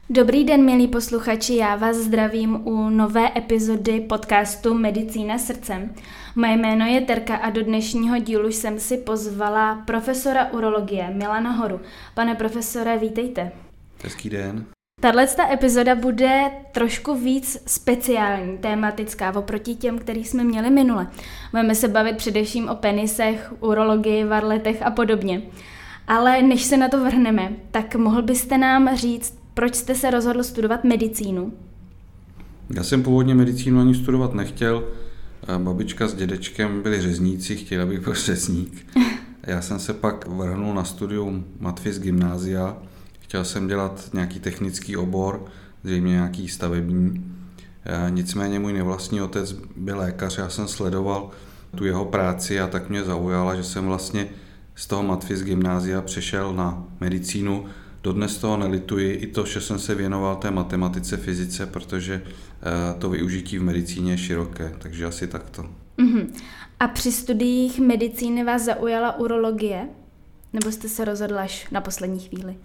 Dobrý den, milí posluchači, já vás zdravím u nové epizody podcastu Medicína srdcem. Moje jméno je Terka a do dnešního dílu jsem si pozvala profesora urologie Milana Horu. Pane profesore, vítejte. Hezký den. Tato epizoda bude trošku víc speciální, tematická oproti těm, který jsme měli minule. Budeme se bavit především o penisech, urologii, varletech a podobně. Ale než se na to vrhneme, tak mohl byste nám říct, proč jste se rozhodl studovat medicínu? Já jsem původně medicínu ani studovat nechtěl. Babička s dědečkem byli řezníci, chtěli, abych byl řezník. Já jsem se pak vrhnul na studium matvy z gymnázia. Chtěl jsem dělat nějaký technický obor, zřejmě nějaký stavební. Nicméně můj nevlastní otec byl lékař, já jsem sledoval tu jeho práci a tak mě zaujala, že jsem vlastně z toho matvy z gymnázia přešel na medicínu. Dodnes toho nelituji, i to, že jsem se věnoval té matematice, fyzice, protože to využití v medicíně je široké, takže asi takto. A při studiích medicíny vás zaujala urologie? Nebo jste se rozhodl až na poslední chvíli?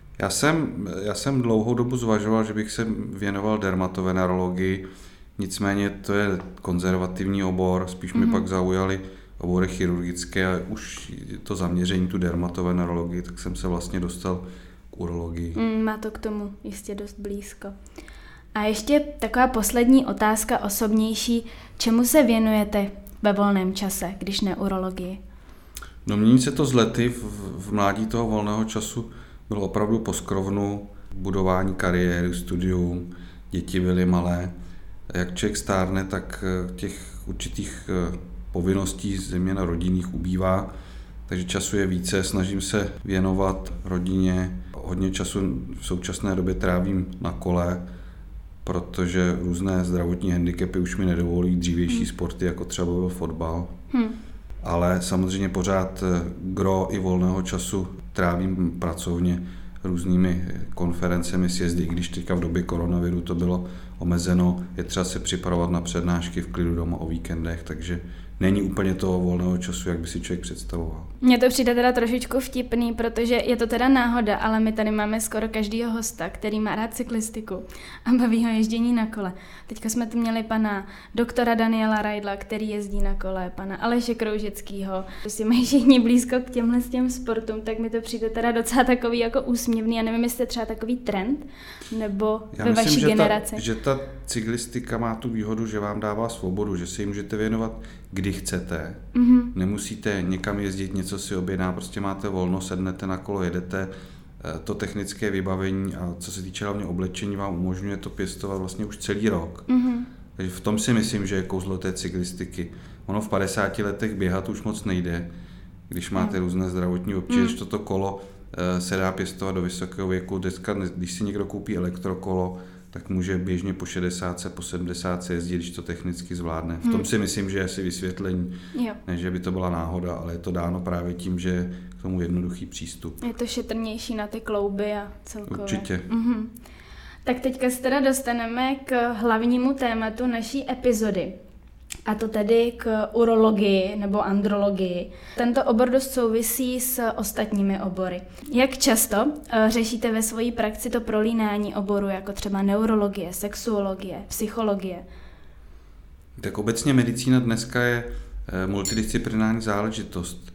Já jsem dlouhou dobu zvažoval, že bych se věnoval dermatovenerologii, nicméně to je konzervativní obor, spíš mi pak zaujaly obory chirurgické a už to zaměření tu dermatovenerologii, tak jsem se vlastně dostal k urologii. Má to k tomu jistě dost blízko. A ještě taková poslední otázka osobnější. Čemu se věnujete ve volném čase, když ne urologii? No mění se to z lety, v mládí toho volného času bylo opravdu poskrovnu, budování kariéry, studium, děti byly malé. Jak člověk stárne, tak těch určitých povinností zejména rodinných ubývá, takže času je více, snažím se věnovat rodině. Hodně času v současné době trávím na kole, protože různé zdravotní handicapy už mi nedovolí dřívější sporty, jako třeba byl fotbal. Ale samozřejmě pořád gro i volného času trávím pracovně různými konferencemi, sjezdy, když teďka v době koronaviru to bylo omezeno, je třeba se připravovat na přednášky v klidu doma o víkendech, takže není úplně toho volného času, jak by si člověk představoval. Mně to přijde teda trošičku vtipný, protože je to teda náhoda, ale my tady máme skoro každýho hosta, který má rád cyklistiku a baví ho ježdění na kole. Teďka jsme tu měli pana doktora Daniela Rajdla, který jezdí na kole, pana Aleše Kroužeckýho. Prostě mají všichni blízko k těm sportům, tak mi to přijde teda docela takový jako úsměvný. A nevím, jestli je třeba takový trend, nebo ve vaší generaci. Že ta cyklistika má tu výhodu, že vám dává svobodu, že si ji můžete věnovat kdy chcete. Nemusíte někam jezdit, něco si objedná, prostě máte volno, sednete na kolo, jedete. To technické vybavení a co se týče hlavně oblečení vám umožňuje to pěstovat vlastně už celý rok. Takže v tom si myslím, že je kouzlo té cyklistiky. Ono v 50 letech běhat už moc nejde, když máte různé zdravotní obtíže, že toto kolo se dá pěstovat do vysokého věku. Dneska, když si někdo koupí elektrokolo, tak může běžně po 60, po 70 jezdit, když to technicky zvládne. V tom si myslím, že je asi vysvětlení, ne, že by to byla náhoda, ale je to dáno právě tím, že je k tomu jednoduchý přístup. Je to šetrnější na ty klouby a celkově. Určitě. Tak teďka se teda dostaneme k hlavnímu tématu naší epizody. A to tedy k urologii nebo andrologii. Tento obor dost souvisí s ostatními obory. Jak často řešíte ve své praxi to prolínání oboru, jako třeba neurologie, sexuologie, psychologie? Tak obecně medicína dneska je multidisciplinární záležitost.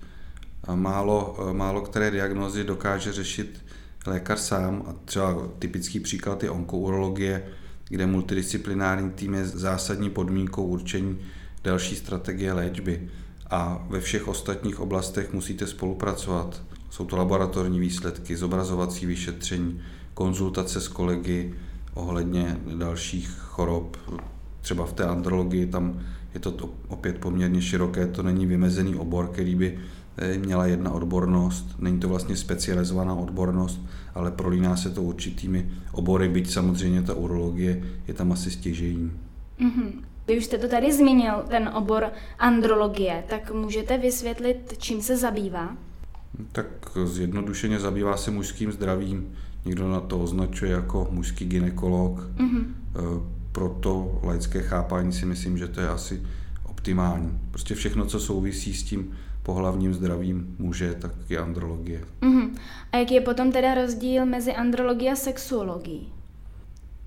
Málo které diagnózy dokáže řešit lékař sám. A třeba typický příklad je onkourologie, kde multidisciplinární tým je zásadní podmínkou určení další strategie léčby. A ve všech ostatních oblastech musíte spolupracovat. Jsou to laboratorní výsledky, zobrazovací vyšetření, konzultace s kolegy ohledně dalších chorob. Třeba v té andrologii tam je to opět poměrně široké, to není vymezený obor, který by měla jedna odbornost. Není to vlastně specializovaná odbornost, ale prolíná se to určitými obory, byť samozřejmě ta urologie je tam asi stěžejní. Vy už jste to tady zmínil, ten obor andrologie, tak můžete vysvětlit, čím se zabývá? Tak zjednodušeně zabývá se mužským zdravím. Někdo na to označuje jako mužský gynekolog. Pro to laické chápání si myslím, že to je asi optimální. Prostě všechno, co souvisí s tím pohlavním zdravím muže, tak je andrologie. A jaký je potom teda rozdíl mezi andrologií a sexuologií?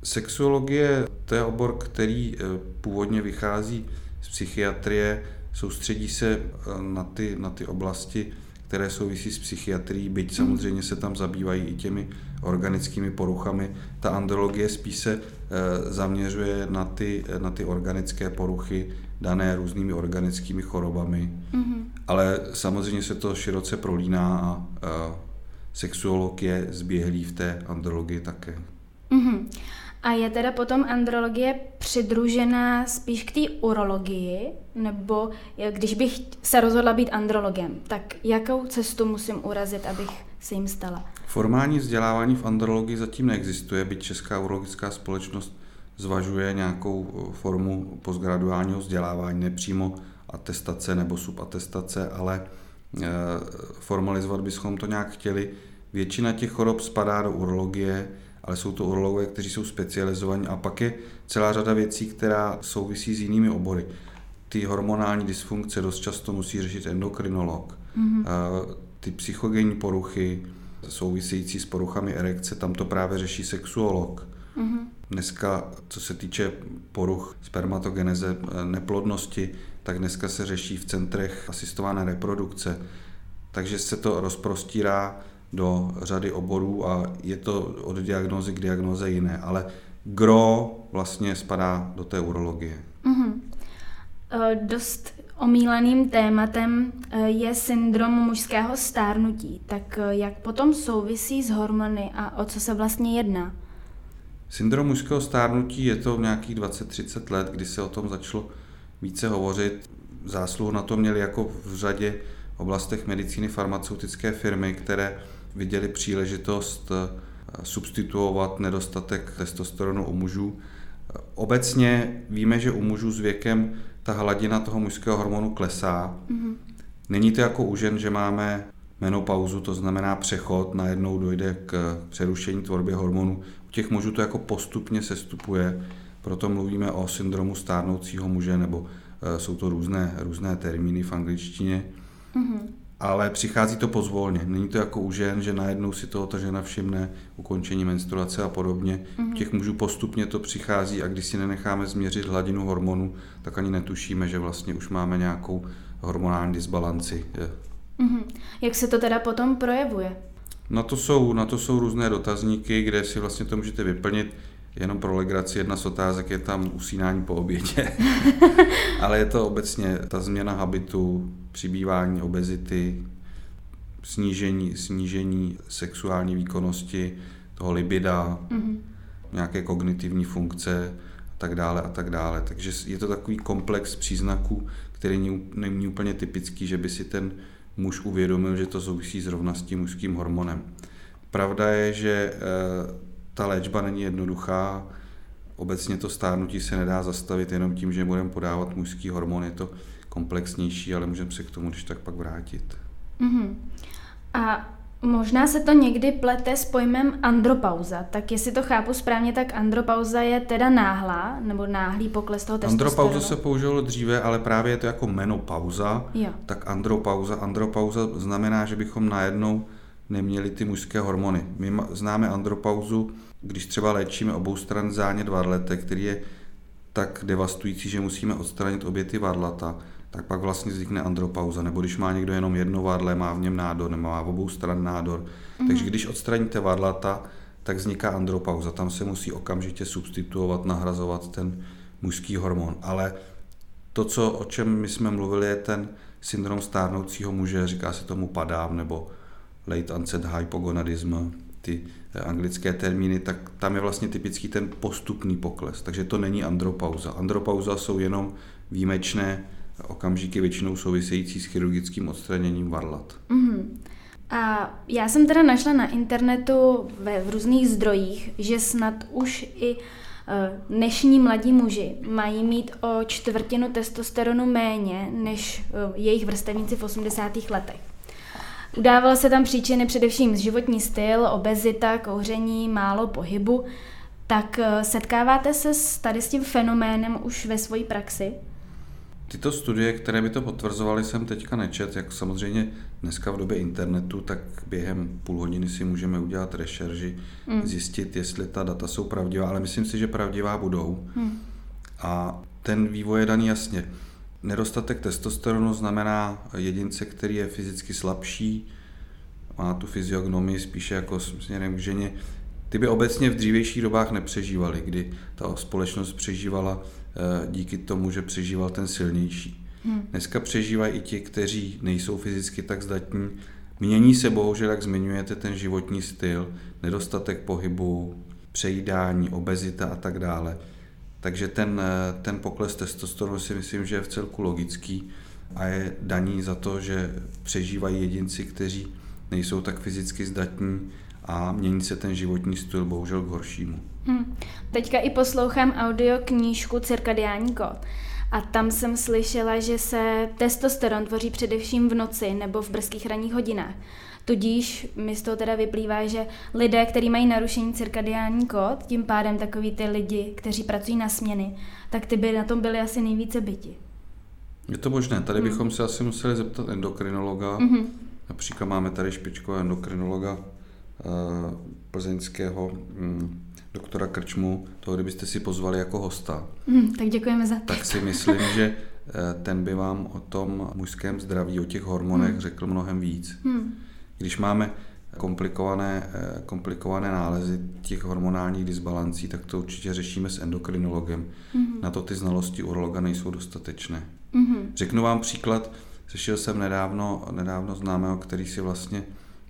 Sexuologie, to je obor, který původně vychází z psychiatrie, soustředí se na ty oblasti, které souvisí s psychiatrií, byť samozřejmě se tam zabývají i těmi organickými poruchami. Ta andrologie spíš se zaměřuje na ty organické poruchy dané různými organickými chorobami. Ale samozřejmě se to široce prolíná a sexuolog je zběhlý v té andrologii také. A je teda potom andrologie přidružená spíš k té urologii, nebo když bych se rozhodla být andrologem, tak jakou cestu musím urazit, abych se jim stala? Formální vzdělávání v andrologii zatím neexistuje, byť Česká urologická společnost zvažuje nějakou formu postgraduálního vzdělávání, nepřímo atestace nebo subatestace, ale formalizovat bychom to nějak chtěli. Většina těch chorob spadá do urologie, ale jsou to urologové, kteří jsou specializovaní, a pak je celá řada věcí, která souvisí s jinými obory. Ty hormonální dysfunkce dost často musí řešit endokrinolog. Ty psychogenní poruchy související s poruchami erekce, tam to právě řeší sexuolog. Dneska, co se týče poruch spermatogeneze, neplodnosti, tak dneska se řeší v centrech asistované reprodukce. Takže se to rozprostírá do řady oborů a je to od diagnózy k diagnóze jiné, ale gro vlastně spadá do té urologie. Dost omílaným tématem je syndrom mužského stárnutí. Tak jak potom souvisí s hormony a o co se vlastně jedná? Syndrom mužského stárnutí je to nějakých 20-30 let, kdy se o tom začalo více hovořit. Zásluhu na to měli jako v řadě oblastech medicíny farmaceutické firmy, které viděli příležitost substituovat nedostatek testosteronu u mužů. Obecně víme, že u mužů s věkem ta hladina toho mužského hormonu klesá. Není to jako u žen, že máme menopauzu, to znamená přechod, najednou dojde k přerušení tvorby hormonů. U těch mužů to jako postupně sestupuje, proto mluvíme o syndromu stárnoucího muže, nebo jsou to různé termíny v angličtině. Ale přichází to pozvolně. Není to jako u žen, že najednou si toho ta žena všimne, ukončení menstruace a podobně. U těch mužů postupně to přichází a když si nenecháme změřit hladinu hormonů, tak ani netušíme, že vlastně už máme nějakou hormonální disbalanci. Jak se to teda potom projevuje? Na to jsou různé dotazníky, kde si vlastně to můžete vyplnit. Jenom pro legraci jedna z otázek je tam usínání po obědě. Ale je to obecně ta změna habitu, přibývání obezity, snížení sexuální výkonnosti, toho libida, nějaké kognitivní funkce a tak dále. Takže je to takový komplex příznaků, který není úplně typický, že by si ten muž uvědomil, že to souvisí zrovna s tím mužským hormonem. Pravda je, že ta léčba není jednoduchá. Obecně to stárnutí se nedá zastavit jenom tím, že budeme podávat mužský hormon. Je to komplexnější, ale můžeme se k tomu když tak pak vrátit. A možná se to někdy plete s pojmem andropauza. Tak jestli to chápu správně, tak andropauza je teda náhlá, nebo náhlý pokles toho testosteronu. Andropauza se používalo dříve, ale právě je to jako menopauza. Tak andropauza znamená, že bychom najednou neměli ty mužské hormony. My známe andropauzu, když třeba léčíme oboustranný zánět varletek, který je tak devastující, že musíme odstranit obě ty varlata, tak pak vlastně vznikne andropauza. Nebo když má někdo jenom jedno varle, má v něm nádor, nebo má v obou stran nádor. Takže když odstraníte varlata, tak vzniká andropauza. Tam se musí okamžitě substituovat, nahrazovat ten mužský hormon. Ale to, o čem my jsme mluvili, je ten syndrom stárnoucího muže, říká se tomu PADAM, nebo late onset hypogonadism, ty anglické termíny, tak tam je vlastně typický ten postupný pokles. Takže to není andropauza. Andropauza jsou jenom výjimečné okamžiky, většinou související s chirurgickým odstraněním varlat. A já jsem teda našla na internetu v různých zdrojích, že snad už i dnešní mladí muži mají mít o 1/4 testosteronu méně než jejich vrstevníci v 80. letech. Udávaly se tam příčiny především životní styl, obezita, kouření, málo pohybu. Tak setkáváte se s tím fenoménem už ve své praxi? Tyto studie, které by to potvrzovaly, jsem teďka nečet, jak samozřejmě dneska v době internetu, tak během půl hodiny si můžeme udělat rešerži, zjistit, jestli ta data jsou pravdivá, ale myslím si, že pravdivá budou. A ten vývoj je daný jasně. Nedostatek testosteronu znamená jedince, který je fyzicky slabší, má tu fyziognomii spíše jako směrem k ženě. Ty by obecně v dřívějších dobách nepřežívali, kdy ta společnost přežívala díky tomu, že přežíval ten silnější. Dneska přežívají i ti, kteří nejsou fyzicky tak zdatní. Mění se bohužel, jak zmiňujete, ten životní styl, nedostatek pohybu, přejídání, obezita a tak dále. Takže ten pokles testosteronu si myslím, že je vcelku logický a je daný za to, že přežívají jedinci, kteří nejsou tak fyzicky zdatní a mění se ten životní styl bohužel k horšímu. Teďka i poslouchám audioknížku Cirkadiální kód a tam jsem slyšela, že se testosteron tvoří především v noci nebo v brzkých ranních hodinách. Tudíž mi z toho teda vyplývá, že lidé, kteří mají narušený cirkadiální kód, tím pádem takový ty lidi, kteří pracují na směny, tak ty by na tom byli asi nejvíce byti. Je to možné. Tady bychom se asi museli zeptat endokrinologa. Například máme tady špičkového endokrinologa plzeňského doktora Krčmu, toho kdybyste si pozvali jako hosta. Tak děkujeme za to. Tak si myslím, že ten by vám o tom mužském zdraví, o těch hormonech řekl mnohem víc. Když máme komplikované nálezy těch hormonálních disbalancí, tak to určitě řešíme s endokrinologem. Na to ty znalosti urologa nejsou dostatečné. Řeknu vám příklad, slyšel jsem nedávno známého, který si vlastně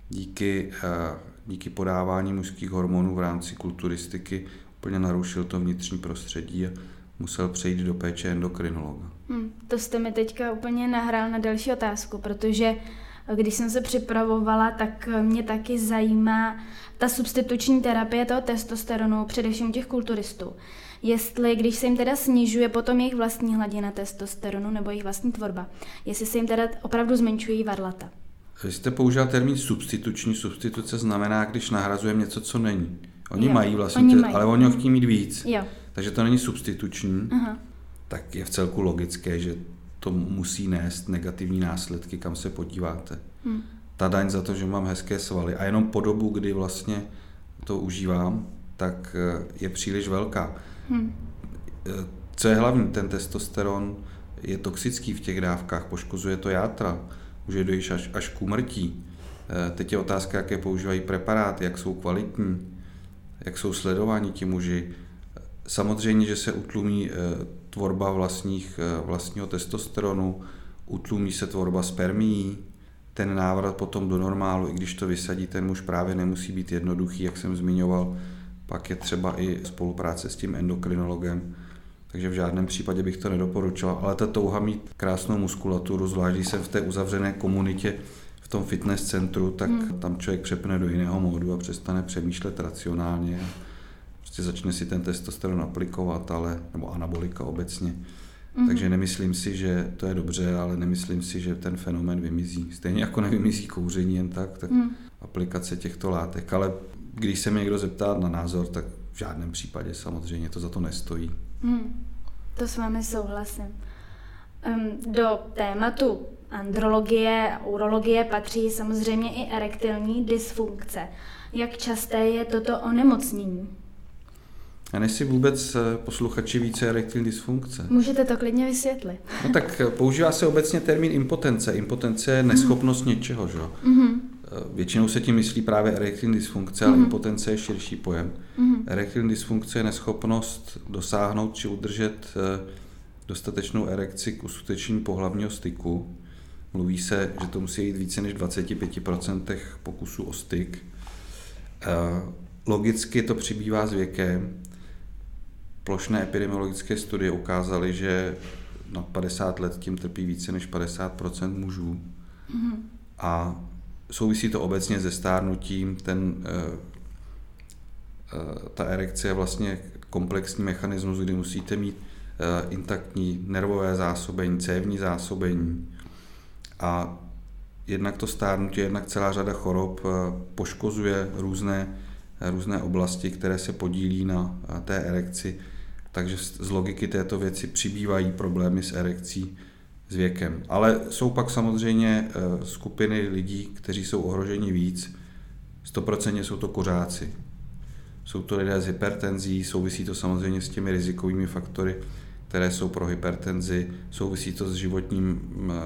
díky podávání mužských hormonů v rámci kulturistiky úplně narušil to vnitřní prostředí a musel přejít do péče endokrinologa. To jste mi teďka úplně nahrál na další otázku, protože když jsem se připravovala, tak mě taky zajímá ta substituční terapie toho testosteronu, především těch kulturistů. Jestli, když se jim teda snižuje potom jejich vlastní hladina testosteronu nebo jejich vlastní tvorba, jestli se jim teda opravdu zmenšují varlata. Vy jste použil termín substituční. Substituce znamená, když nahrazujeme něco, co není. Oni mají vlastně, ale oni ho chtějí mít víc. Jo. Takže to není substituční. Aha. Tak je vcelku logické, že to musí nést negativní následky, kam se podíváte. Ta daň za to, že mám hezké svaly a jenom po dobu, kdy vlastně to užívám, tak je příliš velká. Co je hlavní, ten testosteron je toxický v těch dávkách, poškozuje to játra, může dojít až k úmrtí. Teď je otázka, jaké používají preparáty, jak jsou kvalitní, jak jsou sledováni ti muži. Samozřejmě, že se utlumí tvorba vlastního testosteronu, utlumí se tvorba spermií, ten návrat potom do normálu, i když to vysadí ten muž, právě nemusí být jednoduchý, jak jsem zmiňoval, pak je třeba i spolupráce s tím endokrinologem, takže v žádném případě bych to nedoporučoval, ale ta touha mít krásnou muskulaturu, zvlášť když jsem v té uzavřené komunitě, v tom fitness centru, tak tam člověk přepne do jiného módu a přestane přemýšlet racionálně. Prostě začne si ten testosteron aplikovat, nebo anabolika obecně. Takže nemyslím si, že to je dobře, ale nemyslím si, že ten fenomén vymizí. Stejně jako nevymizí kouření jen tak aplikace těchto látek. Ale když se mě někdo zeptá na názor, tak v žádném případě samozřejmě to za to nestojí. To s vámi souhlasím. Do tématu andrologie a urologie patří samozřejmě i erektilní dysfunkce. Jak časté je toto onemocnění? A než si vůbec posluchači více erektilní dysfunkce. Můžete to klidně vysvětlit. No tak používá se obecně termín impotence. Impotence je neschopnost něčeho, že? Většinou se tím myslí právě erektilní dysfunkce, ale impotence je širší pojem. Erektilní dysfunkce je neschopnost dosáhnout či udržet dostatečnou erekci k uskutečnění pohlavního styku. Mluví se, že to musí jít více než 25% pokusů o styk. Logicky to přibývá s věkem. Plošné epidemiologické studie ukázaly, že na 50 let tím trpí více než 50% mužů. A souvisí to obecně se stárnutím. Ta erekce je vlastně komplexní mechanismus, kdy musíte mít intaktní nervové zásobení, cévní zásobení. A jednak to stárnutí, jednak celá řada chorob poškozuje různé oblasti, které se podílí na té erekci. Takže z logiky této věci přibývají problémy s erekcí s věkem. Ale jsou pak samozřejmě skupiny lidí, kteří jsou ohroženi víc. 100% jsou to kuřáci. Jsou to lidé s hypertenzí, souvisí to samozřejmě s těmi rizikovými faktory, které jsou pro hypertenzi, souvisí to s životním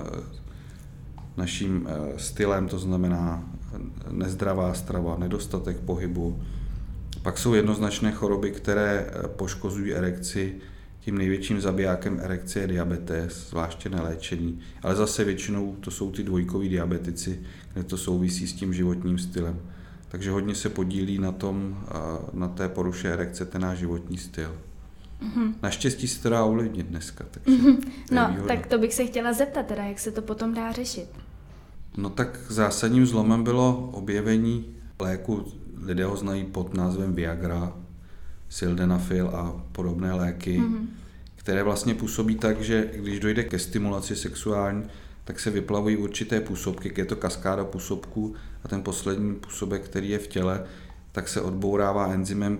naším stylem, to znamená nezdravá strava, nedostatek pohybu. Pak jsou jednoznačné choroby, které poškozují erekci. Tím největším zabijákem erekce je diabetes, zvláště neléčený. Ale zase většinou to jsou ty dvojkoví diabetici, kde to souvisí s tím životním stylem. Takže hodně se podílí na té poruše erekce ten náš životní styl. Mm-hmm. Naštěstí se to dá ovlivnit dneska. Takže no, tak to bych se chtěla zeptat teda, jak se to potom dá řešit. No tak zásadním zlomem bylo objevení léku, lidé ho znají pod názvem Viagra, Sildenafil a podobné léky, které vlastně působí tak, že když dojde ke stimulaci sexuální, tak se vyplavují určité působky, je to kaskáda působků a ten poslední působek, který je v těle, tak se odbourává enzymem,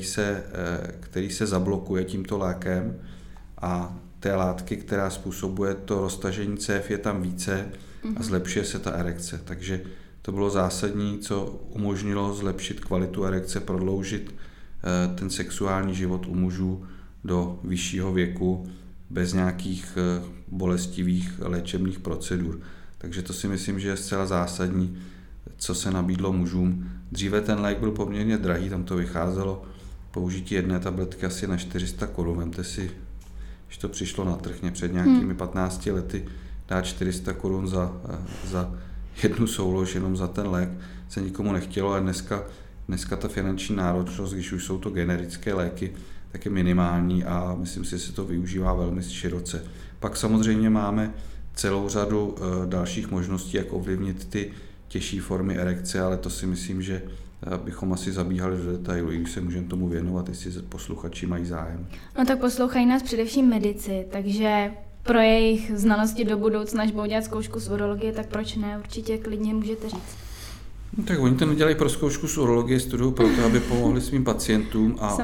který se zablokuje tímto lékem a té látky, která způsobuje to roztažení cév, je tam více a zlepšuje se ta erekce. Takže to bylo zásadní, co umožnilo zlepšit kvalitu erekce, prodloužit ten sexuální život u mužů do vyššího věku bez nějakých bolestivých léčebných procedur. Takže to si myslím, že je zcela zásadní, co se nabídlo mužům. Dříve ten lék byl poměrně drahý, tam to vycházelo použití jedné tabletky asi na 400 korun. Vemte si, když to přišlo na trh před nějakými 15 lety, dát 400 korun za jednu soulož, jenom za ten lék, se nikomu nechtělo, ale dneska ta finanční náročnost, když už jsou to generické léky, tak je minimální a myslím si, že se to využívá velmi široce. Pak samozřejmě máme celou řadu dalších možností, jak ovlivnit ty těžší formy erekce, ale to si myslím, že bychom asi zabíhali do detailu, i když se můžeme tomu věnovat, jestli posluchači mají zájem. No tak poslouchají nás především medici, takže pro jejich znalosti do budoucna, až budou dělat zkoušku z urologie, tak proč ne? Určitě klidně můžete říct. No, tak oni to nedělají pro zkoušku z urologie, studují proto, aby pomohli svým pacientům a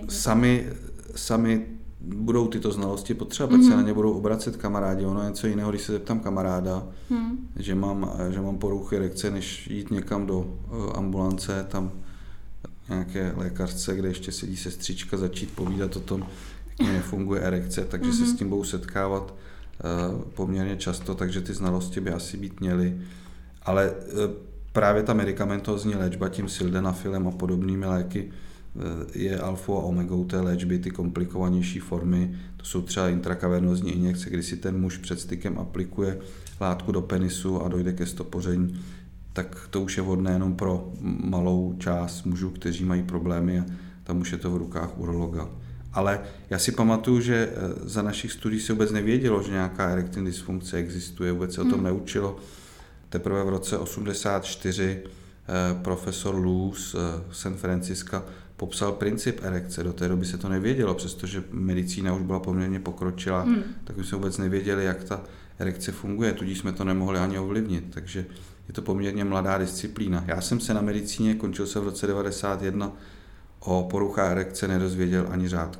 sami budou tyto znalosti potřeba, pak se na ně budou obracet kamarádi. Ono je něco jiného, když se zeptám kamaráda, že mám poruchy erekce, než jít někam do ambulance, tam nějaké lékařce, kde ještě sedí sestřička, začít povídat o tom, jak nefunguje erekce, takže se s tím budou setkávat poměrně často, takže ty znalosti by asi být měly. Ale právě ta medikamentózní léčba tím sildenafilem a podobnými léky je alfou a omegou té léčby, ty komplikovanější formy, to jsou třeba intrakavernózní injekce, kdy si ten muž před stykem aplikuje látku do penisu a dojde ke stopoření, tak to už je vhodné jenom pro malou část mužů, kteří mají problémy a tam už je to v rukách urologa. Ale já si pamatuju, že za našich studií se vůbec nevědělo, že nějaká erektilní dysfunkce existuje, vůbec se o tom neučilo. Teprve v roce 1984 profesor Lu z San Francisca popsal princip erekce. Do té doby se to nevědělo, přestože medicína už byla poměrně pokročilá, tak my jsme vůbec nevěděli, jak ta erekce funguje, tudíž jsme to nemohli ani ovlivnit, takže je to poměrně mladá disciplína. Já jsem se na medicíně, končil jsem v roce 1991, o poruchách erekce nedozvěděl ani řádku.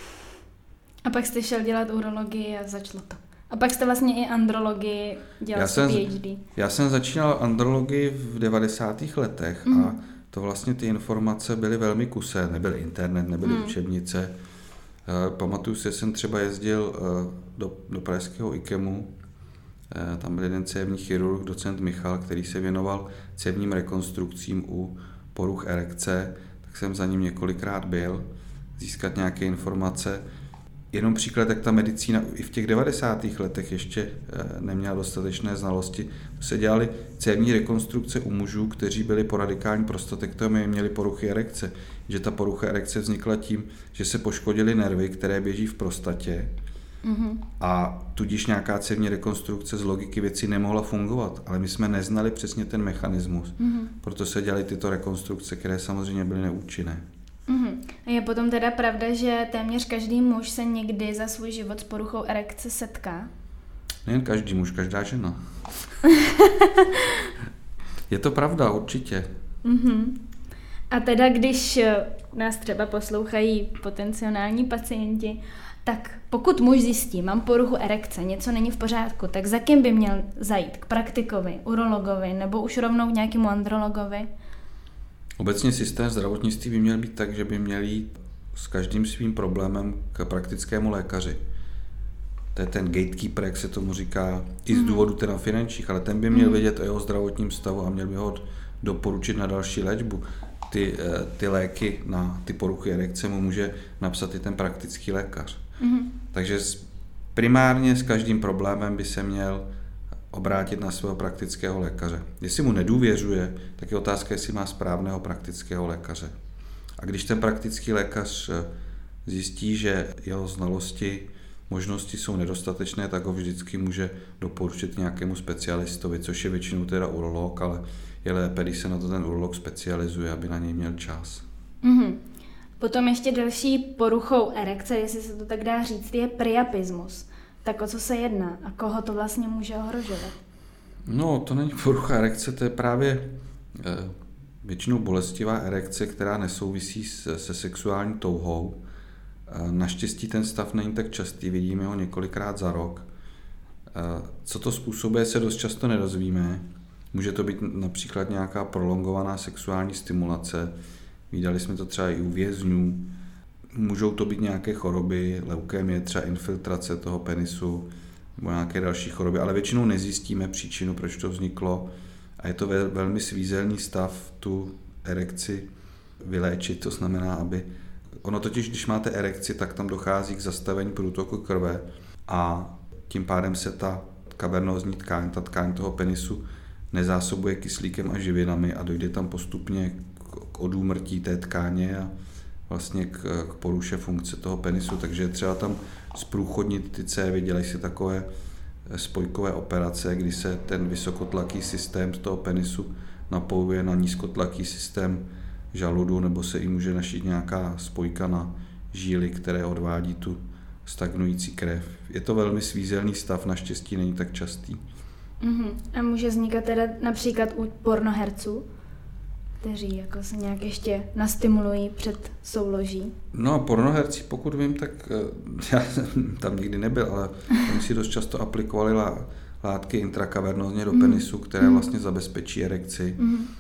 A pak jste šel dělat urologii a začalo to. A pak jste vlastně i andrologii dělal PhD. Já jsem začínal andrologii v 90. letech a to vlastně ty informace byly velmi kusé. Nebyl internet, nebyly učebnice. Pamatuju si, že jsem třeba jezdil do pražského IKEMu. Tam byl jeden cévní chirurg, docent Michal, který se věnoval cévním rekonstrukcím u poruch erekce. Tak jsem za ním několikrát byl, získat nějaké informace. Jenom příklad, jak ta medicína i v těch 90. letech ještě neměla dostatečné znalosti. Se dělaly cévní rekonstrukce u mužů, kteří byli po radikální prostatektomii, měli poruchy erekce. Že ta porucha erekce vznikla tím, že se poškodily nervy, které běží v prostatě a tudíž nějaká cévní rekonstrukce z logiky věcí nemohla fungovat. Ale my jsme neznali přesně ten mechanismus. Proto se dělaly tyto rekonstrukce, které samozřejmě byly neúčinné. A je potom teda pravda, že téměř každý muž se někdy za svůj život s poruchou erekce setká? Nejen každý muž, každá žena. Je to pravda, určitě. A teda, když nás třeba poslouchají potenciální pacienti, tak pokud muž zjistí, mám poruchu erekce, něco není v pořádku, tak za kým by měl zajít? K praktikovi, urologovi nebo už rovnou k nějakému andrologovi? Obecně systém zdravotnictví by měl být tak, že by měl jít s každým svým problémem k praktickému lékaři. To je ten gatekeeper, jak se tomu říká, i z důvodu teda finančních, ale ten by měl vědět o jeho zdravotním stavu a měl by ho doporučit na další léčbu. Ty léky na ty poruchy erekce mu může napsat i ten praktický lékař. Takže primárně s každým problémem by se měl obrátit na svého praktického lékaře. Jestli mu nedůvěřuje, tak je otázka, jestli má správného praktického lékaře. A když ten praktický lékař zjistí, že jeho znalosti, možnosti jsou nedostatečné, tak ho vždycky může doporučit nějakému specialistovi, což je většinou teda urolog, ale je lépe, když se na to ten urolog specializuje, aby na něj měl čas. Potom ještě další poruchou erekce, jestli se to tak dá říct, je priapismus. Tak o co se jedná a koho to vlastně může ohrožovat? No, to není porucha erekce, to je právě většinou bolestivá erekce, která nesouvisí se sexuální touhou. Naštěstí ten stav není tak častý, vidíme ho několikrát za rok. Co to způsobuje, se dost často nedozvíme. Může to být například nějaká prolongovaná sexuální stimulace. Vídali jsme to třeba i u vězňů. Můžou to být nějaké choroby, leukémie, třeba infiltrace toho penisu nebo nějaké další choroby, ale většinou nezjistíme příčinu, proč to vzniklo a je to velmi svízelný stav tu erekci vyléčit. To znamená, aby ono totiž, když máte erekci, tak tam dochází k zastavení průtoku krve a tím pádem se ta kavernózní tkáň, ta tkáň toho penisu nezásobuje kyslíkem a živinami a dojde tam postupně k odúmrtí té tkáně a vlastně k poruše funkce toho penisu, takže třeba tam zprůchodnit ty cévy, dělají si takové spojkové operace, kdy se ten vysokotlaký systém z toho penisu napojuje na nízkotlaký systém žaludu, nebo se i může našít nějaká spojka na žíly, které odvádí tu stagnující krev. Je to velmi svízelný stav, naštěstí není tak častý. A může vznikat teda například u pornoherců, kteří jako se nějak ještě nastimulují před souloží? No, pornoherci, pokud vím, tak já jsem tam nikdy nebyl, ale oni si dost často aplikovali látky intrakavernózně do penisu, které vlastně zabezpečí erekci.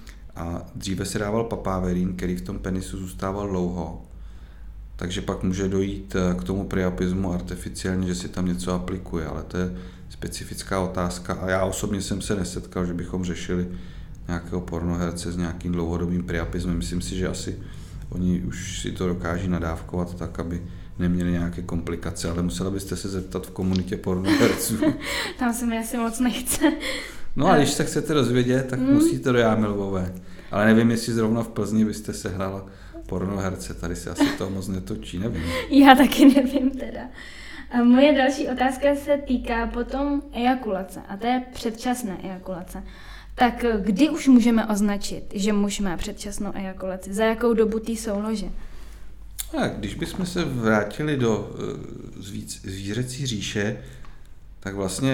A dříve se dával papaverin, který v tom penisu zůstával dlouho. Takže pak může dojít k tomu priapismu artificiálně, že si tam něco aplikuje, ale to je specifická otázka a já osobně jsem se nesetkal, že bychom řešili nějakého pornoherce s nějakým dlouhodobým priapismem. Myslím si, že asi oni už si to dokáží nadávkovat tak, aby neměli nějaké komplikace, ale musela byste se zeptat v komunitě pornoherců. Tam se mi asi moc nechce. No a když se chcete dozvědět, tak musíte do Jámilvové. Ale nevím, jestli zrovna v Plzni byste sehrala pornoherce, tady se asi toho moc netočí, nevím. Já taky nevím teda. A moje další otázka se týká potom ejakulace, a to je předčasné ejakulace. Tak kdy už můžeme označit, že muž má předčasnou ejakulaci? Za jakou dobu té soulože? A když bychom se vrátili do zvířecí říše, tak vlastně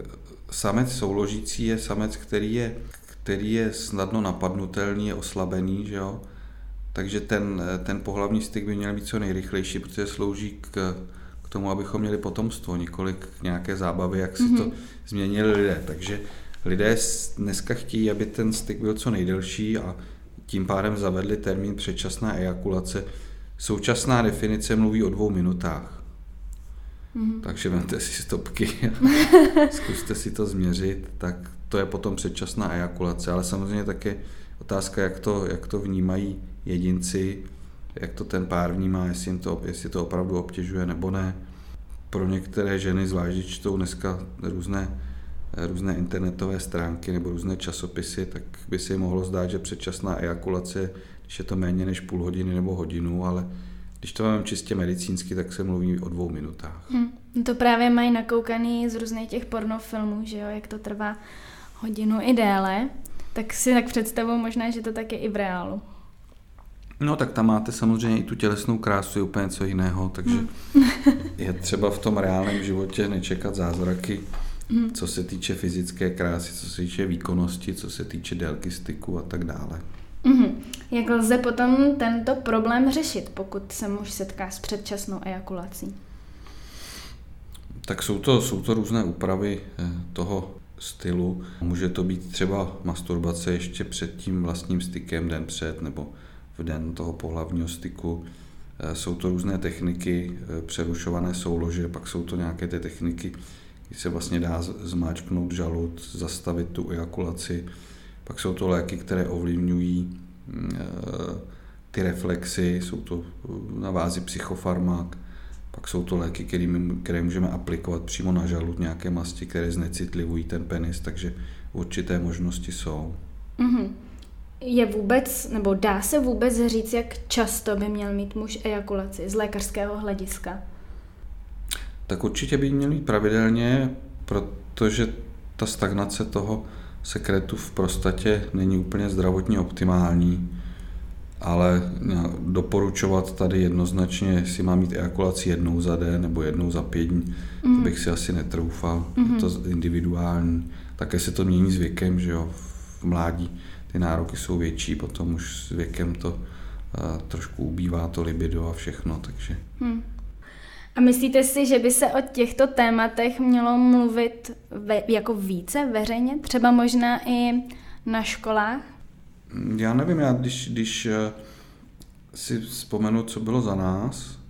samec souložící je samec, který je snadno napadnutelný, je oslabený, že jo? Takže ten pohlavní styk by měl být co nejrychlejší, protože slouží k tomu, abychom měli potomstvo, nikoli k nějaké zábavy, jak si to změnili lidé. Takže lidé dneska chtějí, aby ten styk byl co nejdelší a tím pádem zavedli termín předčasná ejakulace. Současná definice mluví o 2 minutách. Takže vemte si stopky a zkuste si to změřit, tak to je potom předčasná ejakulace, ale samozřejmě také otázka, jak to vnímají jedinci, jak to ten pár vnímá, jestli to opravdu obtěžuje nebo ne. Pro některé ženy, zvlášť když čtou dneska různé internetové stránky nebo různé časopisy, tak by se jim mohlo zdát, že předčasná ejakulace, když je to méně než půl hodiny nebo hodinu, ale když to máme čistě medicínsky, tak se mluví o 2 minutách. To právě mají nakoukaný z různých těch pornofilmů, že jo, jak to trvá hodinu i déle, tak si tak představuji možná, že to tak je i v reálu. No tak tam máte samozřejmě i tu tělesnou krásu, je úplně něco jiného, takže je třeba v tom reálném životě nečekat zázraky, co se týče fyzické krásy, co se týče výkonnosti, co se týče délky styku a tak dále. Jak lze potom tento problém řešit, pokud se muž setká s předčasnou ejakulací? Tak jsou to různé úpravy toho stylu. Může to být třeba masturbace ještě před tím vlastním stykem, den před nebo v den toho pohlavního styku. Jsou to různé techniky, přerušované soulože, pak jsou to nějaké ty techniky, kdy se vlastně dá zmáčknout žalud, zastavit tu ejakulaci. Pak jsou to léky, které ovlivňují ty reflexy, jsou to na bázi psychofarmak. Pak jsou to léky, které můžeme aplikovat přímo na žalud, nějaké masti, které znecitlivují ten penis, takže určité možnosti jsou. Mm-hmm. Je vůbec, nebo dá se vůbec říct, jak často by měl mít muž ejakulaci z lékařského hlediska? Tak určitě by měl mít pravidelně, protože ta stagnace toho sekretu v prostatě není úplně zdravotně optimální, ale doporučovat tady jednoznačně, jestli má mít ejakulaci jednou za den nebo jednou za 5 dní, to bych si asi netroufal, je to individuální. Také se to mění s věkem, že jo, v mládí ty nároky jsou větší, potom už s věkem to trošku ubývá to libido a všechno, takže... A myslíte si, že by se o těchto tématech mělo mluvit jako více veřejně? Třeba možná i na školách? Já nevím, když si vzpomenu, co bylo za nás,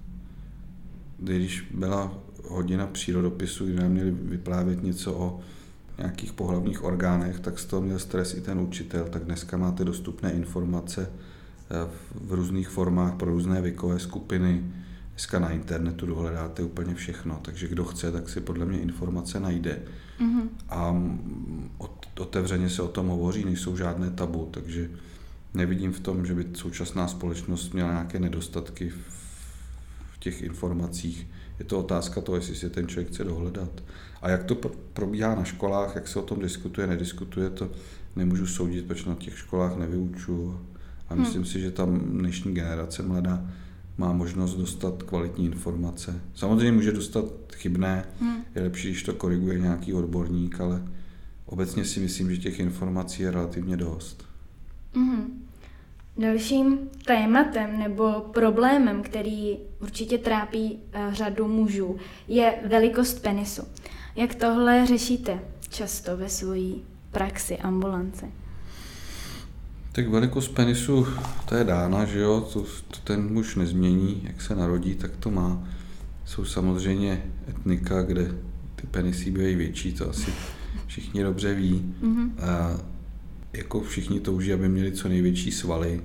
když byla hodina přírodopisu, kdy nám měli vyprávět něco o nějakých pohlavních orgánech, tak z toho měl stres i ten učitel, tak dneska máte dostupné informace v různých formách pro různé věkové skupiny. Dneska na internetu dohledáte úplně všechno, takže kdo chce, tak si podle mě informace najde. A otevřeně se o tom hovoří, nejsou žádné tabu, takže nevidím v tom, že by současná společnost měla nějaké nedostatky v těch informacích. Je to otázka toho, jestli si ten člověk chce dohledat. A jak to probíhá na školách, jak se o tom diskutuje, nediskutuje, to nemůžu soudit, protože na těch školách nevyučuju. A myslím si, že tam dnešní generace mladá má možnost dostat kvalitní informace. Samozřejmě může dostat chybné, je lepší, když to koriguje nějaký odborník, ale obecně si myslím, že těch informací je relativně dost. Dalším tématem nebo problémem, který určitě trápí řadu mužů, je velikost penisu. Jak tohle řešíte často ve své praxi ambulance? Tak velikost penisu, to je dána, že jo, to ten muž nezmění, jak se narodí, tak to má. Jsou samozřejmě etnika, kde ty penisy bývají větší, to asi všichni dobře ví. A jako všichni touží, aby měli co největší svaly,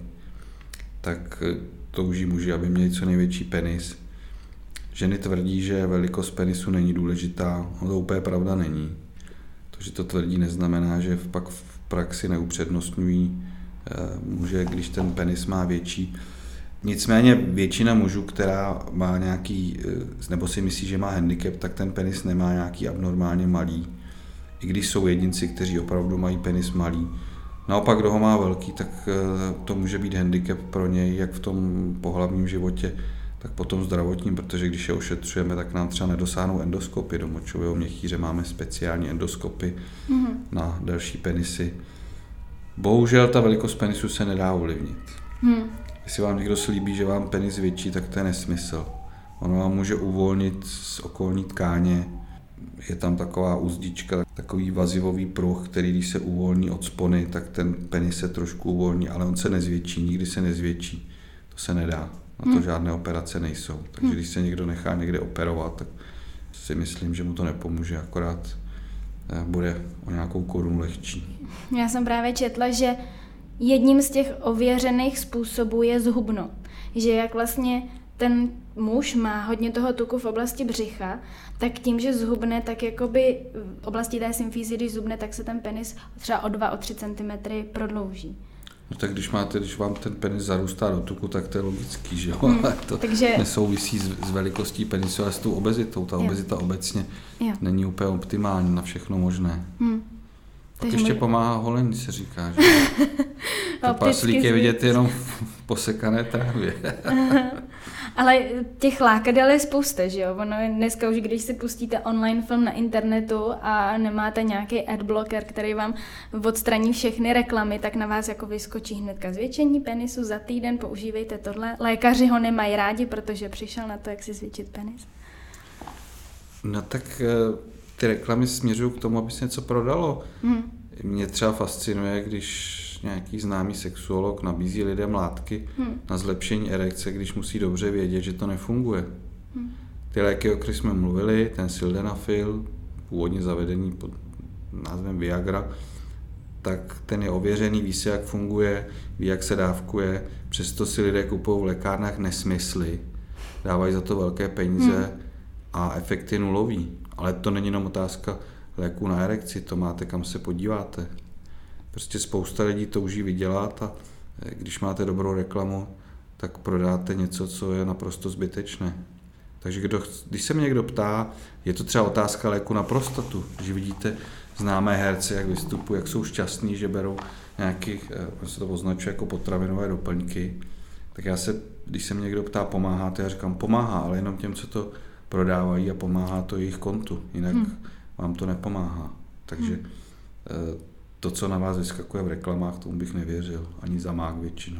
tak touží muži, aby měli co největší penis. Ženy tvrdí, že velikost penisu není důležitá, no to úplně pravda není. To, že to tvrdí, neznamená, že pak v praxi neupřednostňují muže, když ten penis má větší. Nicméně většina mužů, která má nějaký, nebo si myslí, že má handicap, tak ten penis nemá nějaký abnormálně malý. I když jsou jedinci, kteří opravdu mají penis malý. Naopak, kdo ho má velký, tak to může být handicap pro něj, jak v tom pohlavním životě, tak potom zdravotním, protože když je ošetřujeme, tak nám třeba nedosáhnou endoskopy. Do močového měchýře máme speciální endoskopy na delší penisy. Bohužel ta velikost penisu se nedá ovlivnit. Jestli vám někdo slíbí, že vám penis větší, tak to je nesmysl. Ono vám může uvolnit z okolní tkáně, je tam taková uzdička, takový vazivový pruh, který když se uvolní od spony, tak ten penis se trošku uvolní, ale on se nezvětší, nikdy se nezvětší. To se nedá, na to žádné operace nejsou. Takže když se někdo nechá někde operovat, tak si myslím, že mu to nepomůže, akorát bude o nějakou korunu lehčí. Já jsem právě četla, že jedním z těch ověřených způsobů je zhubnout. Že jak vlastně ten muž má hodně toho tuku v oblasti břicha, tak tím, že zhubne, tak jakoby v oblasti té symfízy, když zhubne, tak se ten penis třeba o 2-3 cm prodlouží. No tak když vám ten penis zarůstá do tuku, tak to je logický, že jo? Ale to nesouvisí s velikostí penisu, ale s tou obezitou. Ta obezita obecně není úplně optimální na všechno možné. Pak ještě pomáhá holení, se říká, že to paslík je vidět jenom v posekané trávě. Ale těch lákadel je spousta, že jo? Ono dneska už, když si pustíte online film na internetu a nemáte nějaký adblocker, který vám odstraní všechny reklamy, tak na vás jako vyskočí hnedka zvětšení penisu za týden, používejte tohle. Lékaři ho nemají rádi, protože přišel na to, jak si zvětšit penis. No tak ty reklamy směřují k tomu, aby se něco prodalo. Mě třeba fascinuje, když nějaký známý sexuolog nabízí lidem látky na zlepšení erekce, když musí dobře vědět, že to nefunguje. Ty léky, o kterých jsme mluvili, ten sildenafil, původně zavedený pod názvem Viagra, tak ten je ověřený, ví se, jak funguje, ví, jak se dávkuje, přesto si lidé kupují v lékárnách nesmysly, dávají za to velké peníze a efekt je nulový. Ale to není jenom otázka léků na erekci, to máte, kam se podíváte. Prostě spousta lidí touží vydělat a když máte dobrou reklamu, tak prodáte něco, co je naprosto zbytečné. Takže když se mě někdo ptá, je to třeba otázka léku na prostatu, že vidíte známé herce, jak vystupují, jak jsou šťastní, že berou nějakých, se to označuje jako potravinové doplňky, tak když se mě někdo ptá, pomáhá, já říkám, pomáhá, ale jenom těm, co to prodávají a pomáhá to jejich kontu, jinak vám to nepomáhá. Takže to, co na vás vyskakuje v reklamách, tomu bych nevěřil, ani za mák většinou.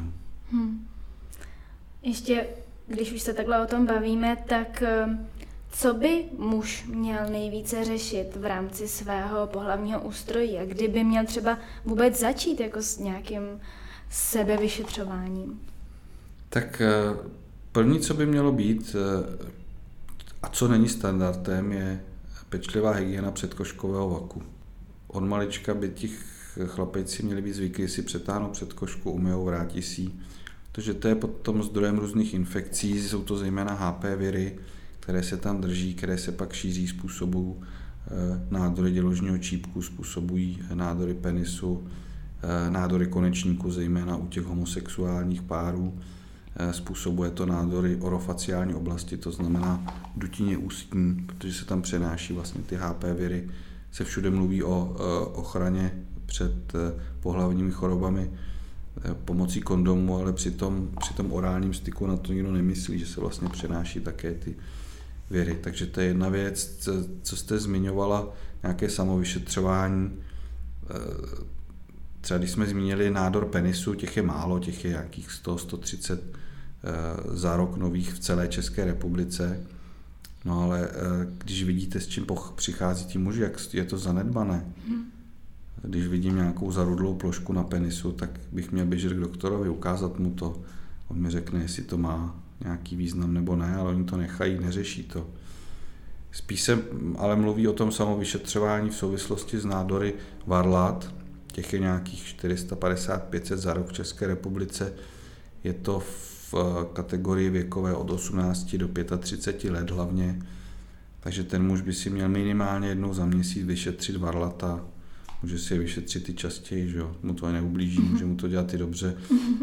Ještě, když už se takhle o tom bavíme, tak co by muž měl nejvíce řešit v rámci svého pohlavního ústrojí a kdyby měl třeba vůbec začít jako s nějakým sebevyšetřováním? Tak první, co by mělo být, a co není standardem, je pečlivá hygiena předkoškového vaku. Od malička by ti chlapejci měli být zvyklí si přetáhnout předkošku, umyjou, vrátí si ji. Protože to je potom zdrojem různých infekcí, jsou to zejména HP viry, které se tam drží, které se pak šíří, způsobují nádory děložního čípku, způsobují nádory penisu, nádory konečníku, zejména u těch homosexuálních párů. Způsobuje to nádory orofaciální oblasti, to znamená dutině ústní, protože se tam přenáší vlastně ty HP viry. Se všude mluví o ochraně před pohlavními chorobami pomocí kondomu, ale při tom orálním styku na to nikdo nemyslí, že se vlastně přenáší také ty viry. Takže to je jedna věc, co jste zmiňovala, nějaké samovyšetřování. Třeba když jsme zmínili nádor penisu, těch je málo, těch je nějakých 100-130 za rok nových v celé České republice. No ale když vidíte, s čím přichází ti muži, jak je to zanedbané. Když vidím nějakou zarudlou plošku na penisu, tak bych měl běžet k doktorovi, ukázat mu to. On mi řekne, jestli to má nějaký význam nebo ne, ale oni to nechají, neřeší to. Spíš se ale mluví o tom samovyšetřování v souvislosti s nádory varlat. Těch je nějakých 450-500 za rok v České republice. Je to v kategorii věkové od 18 do 35 let hlavně. Takže ten muž by si měl minimálně jednou za měsíc vyšetřit varlata. Může si je vyšetřit i častěji, že jo? Mu to neublíží, může mu to dělat i dobře.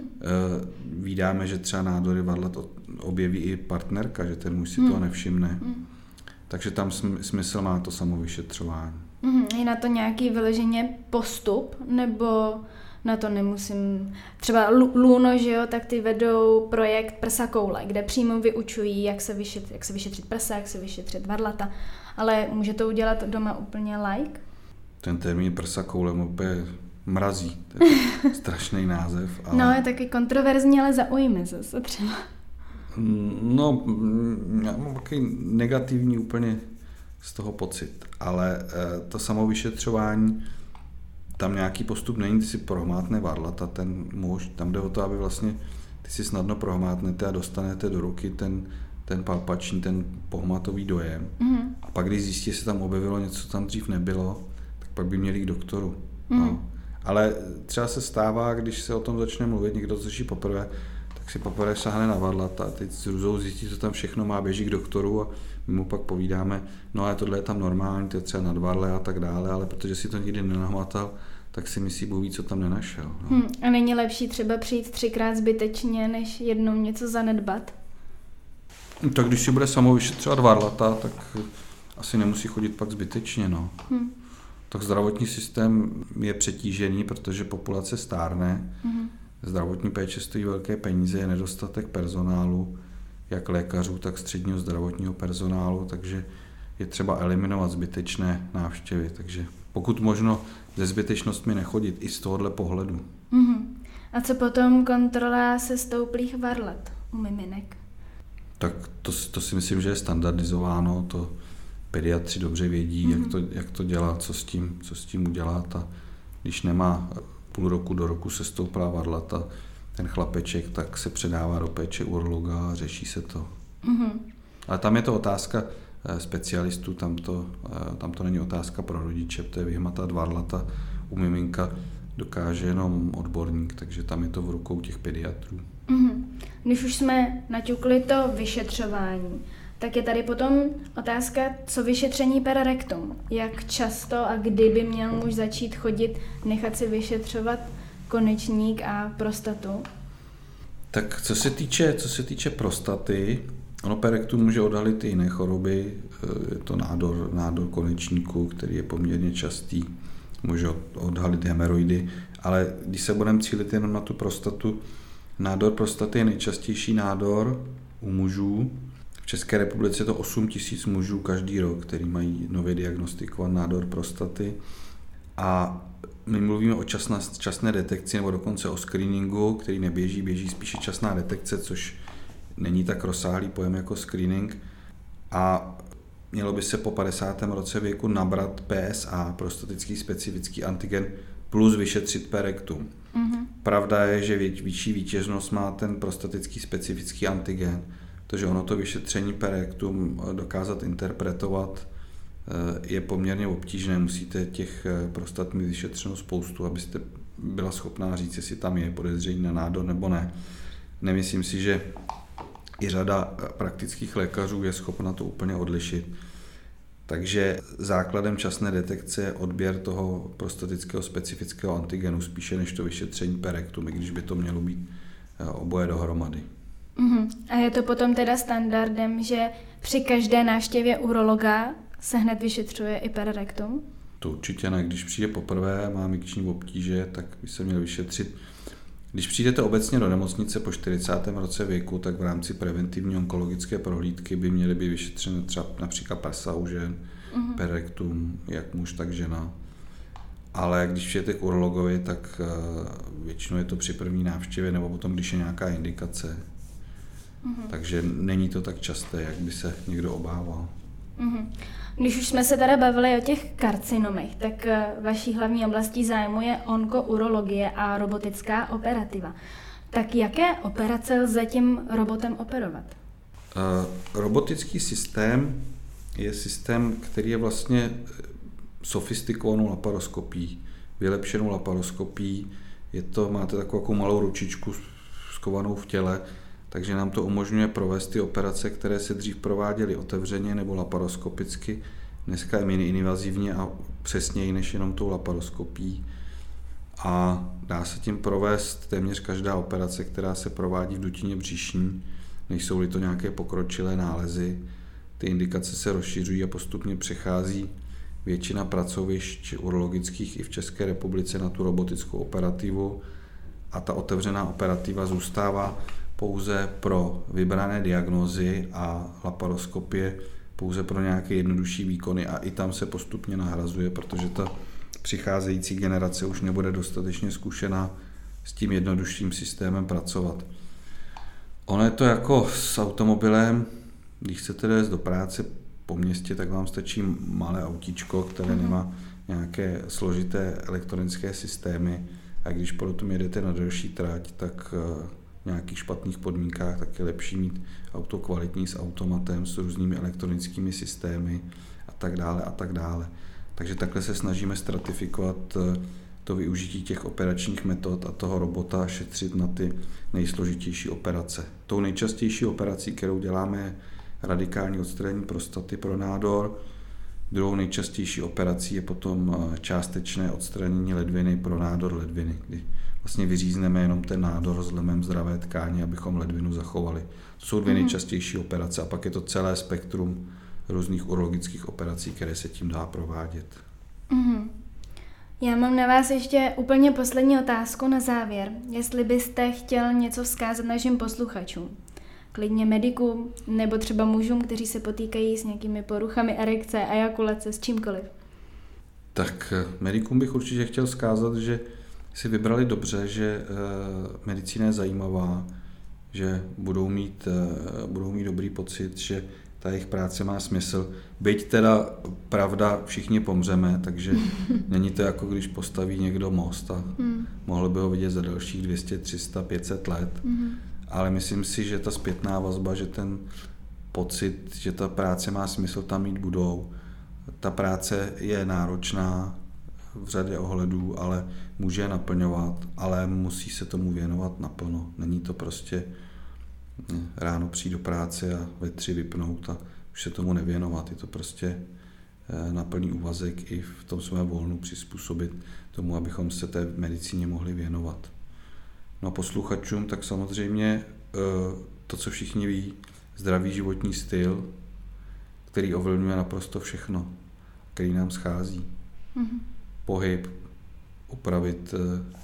Vídáme, že třeba nádory varlat objeví i partnerka, že ten muž si toho nevšimne. Takže tam smysl má to samovyšetřování. Je na to nějaký vyloženě postup, nebo na to nemusím? Třeba Luno, že jo, tak ty vedou projekt Prsa koule, kde přímo vyučují, jak se vyšetřit prsa, jak se vyšetřit varlata, ale může to udělat doma úplně like? Ten termín prsa koule úplně mrazí, to je strašný název. Ale... No, je taky kontroverzní, ale zaujme zase třeba. No, já mám takový negativní úplně z toho pocit, ale to samovyšetřování, tam nějaký postup není, ty si prohmátne varlata, ten muž, tam jde o to, aby vlastně ty si snadno prohmátnete a dostanete do ruky ten palpační, ten pohmatový dojem. A pak, když zjistí, že se tam objevilo něco, co tam dřív nebylo, tak pak by měli k doktoru. No. Ale třeba se stává, když se o tom začne mluvit, někdo to řeší poprvé, tak si poprvé sáhne na varlata a teď s hrůzou zjistí, co tam všechno má, běží k doktoru a my mu pak povídáme, no ale tohle je tam normální, to je třeba nadvarle a tak dále, ale protože si to nikdy nenahmatal, tak si myslí, Bůh ví, co tam nenašel. No. A není lepší třeba přijít 3krát zbytečně, než jednou něco zanedbat? Tak když si bude samovyšetřovat varlata, tak asi nemusí chodit pak zbytečně. No. Tak zdravotní systém je přetížený, protože populace stárne. Zdravotní péče stojí velké peníze, je nedostatek personálu, jak lékařů, tak středního zdravotního personálu, takže je třeba eliminovat zbytečné návštěvy. Takže pokud možno ze zbytečnostmi nechodit i z tohohle pohledu. A co potom kontrola sestouplých varlat u miminek? Tak to si myslím, že je standardizováno, to pediatři dobře vědí, jak to dělat, co s tím udělat, a když nemá půl roku do roku sestouplá varlata ten chlapeček, tak se předává do péče urologa a řeší se to. Ale tam je to otázka specialistů, tam to není otázka pro rodiče, to je vyhmatat varlata u miminka dokáže jenom odborník, takže tam je to v rukou těch pediatrů. Když už jsme naťukli to vyšetřování, tak je tady potom otázka, co vyšetření per rectum. Jak často a kdy by měl muž začít chodit, nechat si vyšetřovat konečník a prostatu? Tak co se týče prostaty, ono per rectum může odhalit i jiné choroby, je to nádor konečníku, který je poměrně častý, může odhalit hemeroidy, ale když se budeme cílit jenom na tu prostatu, nádor prostaty je nejčastější nádor u mužů. V České republice je to 8 000 mužů každý rok, který mají nově diagnostikovat nádor prostaty. A my mluvíme o časné detekci nebo dokonce o screeningu, který běží spíše časná detekce, což není tak rozsáhlý pojem jako screening. A mělo by se po 50. roce věku nabrat PSA, prostatický specifický antigen, plus vyšetřit per rectum. Pravda je, že vyšší vítěznost má ten prostatický specifický antigen, protože ono to vyšetření per rectum dokázat interpretovat je poměrně obtížné. Musíte těch prostat mít vyšetřenou spoustu, abyste byla schopná říct, jestli tam je podezření na nádor nebo ne. Nemyslím si, že i řada praktických lékařů je schopna to úplně odlišit. Takže základem časné detekce je odběr toho prostatického specifického antigenu, spíše než to vyšetření per rectum, i když by to mělo být oboje dohromady. A je to potom teda standardem, že při každé návštěvě urologa se hned vyšetřuje i per rectum? To určitě ne. Když přijde poprvé, má mikční obtíže, tak by se měl vyšetřit. Když přijdete obecně do nemocnice po 40. roce věku, tak v rámci preventivní onkologické prohlídky by měly být vyšetřeny třeba například prsa u žen, per rectum, jak muž, tak žena. Ale když přijdete k urologovi, tak většinou je to při první návštěvě nebo potom, když je nějaká indikace. Takže není to tak časté, jak by se někdo obával. Když už jsme se teda bavili o těch karcinomech, tak vaší hlavní oblastí zájmu je onkourologie a robotická operativa. Tak jaké operace lze tím robotem operovat? Robotický systém je systém, který je vlastně sofistikovanou laparoskopií, vylepšenou laparoskopií. Máte takovou malou ručičku skovanou v těle, takže nám to umožňuje provést ty operace, které se dřív prováděly otevřeně nebo laparoskopicky. Dneska je méně invazivně a přesněji než jenom tou laparoskopií. A dá se tím provést téměř každá operace, která se provádí v dutině břišní, nejsou-li to nějaké pokročilé nálezy. Ty indikace se rozšiřují a postupně přechází většina pracovišť urologických i v České republice na tu robotickou operativu a ta otevřená operativa zůstává pouze pro vybrané diagnózy a laparoskopie pouze pro nějaké jednodušší výkony a i tam se postupně nahrazuje, protože ta přicházející generace už nebude dostatečně zkušená s tím jednodušším systémem pracovat. Ono je to jako s automobilem, když chcete jít do práce po městě, tak vám stačí malé autíčko, které nemá nějaké složité elektronické systémy a když potom jedete na delší trať, tak v nějakých špatných podmínkách tak je lepší mít auto kvalitní s automatem, s různými elektronickými systémy a tak dále a tak dále. Takže takhle se snažíme stratifikovat to využití těch operačních metod a toho robota šetřit na ty nejsložitější operace. Tou nejčastější operací, kterou děláme, je radikální odstranění prostaty pro nádor. Druhou nejčastější operací je potom částečné odstranění ledviny pro nádor ledviny, kdy vlastně vyřízneme jenom ten nádor s lemem zdravé tkáně, abychom ledvinu zachovali. To jsou dvě nejčastější operace a pak je to celé spektrum různých urologických operací, které se tím dá provádět. Já mám na vás ještě úplně poslední otázku na závěr. Jestli byste chtěl něco vzkázat našim posluchačům. klidně medikům nebo třeba mužům, kteří se potýkají s nějakými poruchami erekce, ejakulace, s čímkoliv? Tak medikům bych určitě chtěl vzkázat, že si vybrali dobře, že medicína je zajímavá, že budou mít dobrý pocit, že ta jejich práce má smysl. Byť teda pravda, všichni pomřeme, takže není to jako když postaví někdo most a mohlo by ho vidět za dalších 200, 300, 500 let. Ale myslím si, že ta zpětná vazba, že ten pocit, že ta práce má smysl, tam mít budou. Ta práce je náročná v řadě ohledů, ale může je naplňovat, ale musí se tomu věnovat naplno. Není to prostě ráno přijít do práce a ve 3 vypnout a už se tomu nevěnovat. Je to prostě na plný úvazek i v tom svém volnu přizpůsobit tomu, abychom se té medicíně mohli věnovat. No a posluchačům, tak samozřejmě to, co všichni ví, zdravý životní styl, který ovlivňuje naprosto všechno, který nám schází. Pohyb, upravit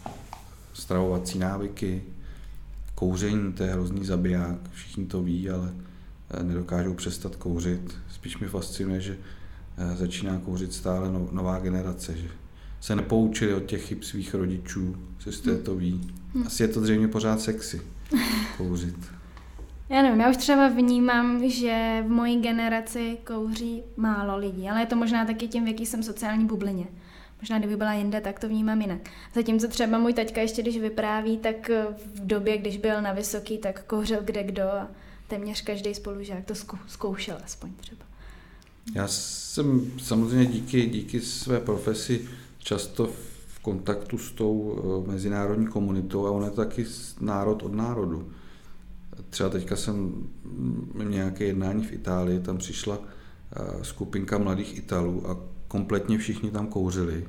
stravovací návyky, kouření, to je hrozný zabiják, všichni to ví, ale nedokážou přestat kouřit. Spíš mi fascinuje, že začíná kouřit stále nová generace, že se nepoučili od těch chyb svých rodičů, sestry to ví. Asi je to zřejmě pořád sexy kouřit. Já nevím, já už třeba vnímám, že v mojí generaci kouří málo lidí, ale je to možná taky tím, v jaký jsem sociální bublině. Možná kdyby byla jinde, tak to vnímám jinak. Zatímco třeba můj taťka ještě, když vypráví, tak v době, když byl na Vysoký, tak kouřil kdekdo a téměř každý spolužák to zkoušel aspoň třeba. Já jsem samozřejmě díky své profesi často v kontaktu s tou mezinárodní komunitou a on je to taky národ od národu. Třeba teďka jsem měl nějaké jednání v Itálii, tam přišla skupinka mladých Italů a kompletně všichni tam kouřili.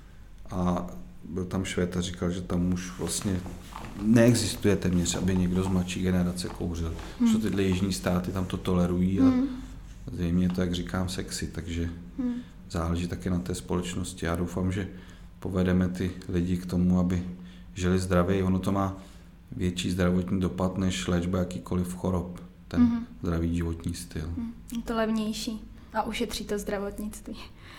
A byl tam Švéd a říkal, že tam už vlastně neexistuje téměř, aby někdo z mladší generace kouřil. Že tyhle jižní státy tam to tolerují a zřejmě je to, jak říkám, sexy, takže záleží také na té společnosti. Já doufám, že povedeme ty lidi k tomu, aby žili zdravě. Ono to má větší zdravotní dopad než léčba jakýkoliv chorob, ten zdravý životní styl. Je to levnější a ušetří to zdravotnictví.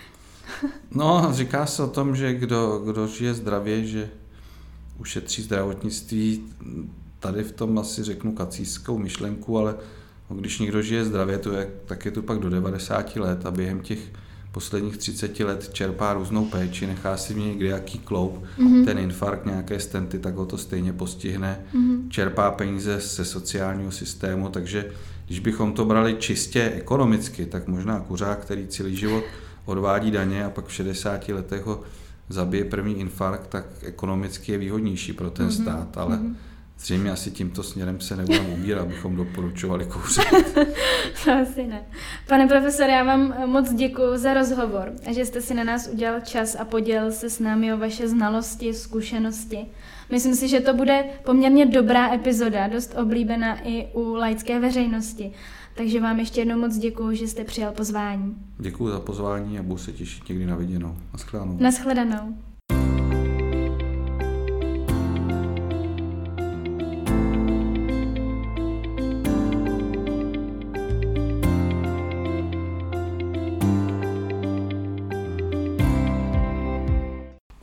No, říká se o tom, že kdo žije zdravě, že ušetří zdravotnictví. Tady v tom asi řeknu kacířskou myšlenku, ale když někdo žije zdravě, tak je to pak do 90 let a během těch posledních 30 let čerpá různou péči, nechá si mě někdy jaký kloup, ten infarkt, nějaké stenty, tak ho to stejně postihne, čerpá peníze ze sociálního systému, takže když bychom to brali čistě ekonomicky, tak možná kuřák, který celý život odvádí daně a pak v 60 letech ho zabije první infarkt, tak ekonomicky je výhodnější pro ten stát, ale zřejmě asi tímto směrem se nebudeme ubírat, abychom doporučovali kouřit. To asi ne. Pane profesore, já vám moc děkuji za rozhovor a že jste si na nás udělal čas a podělil se s námi o vaše znalosti, zkušenosti. Myslím si, že to bude poměrně dobrá epizoda, dost oblíbená i u laické veřejnosti. Takže vám ještě jednou moc děkuji, že jste přijal pozvání. Děkuji za pozvání a budu se těšit někdy na viděnou. Naschledanou. Naschledanou.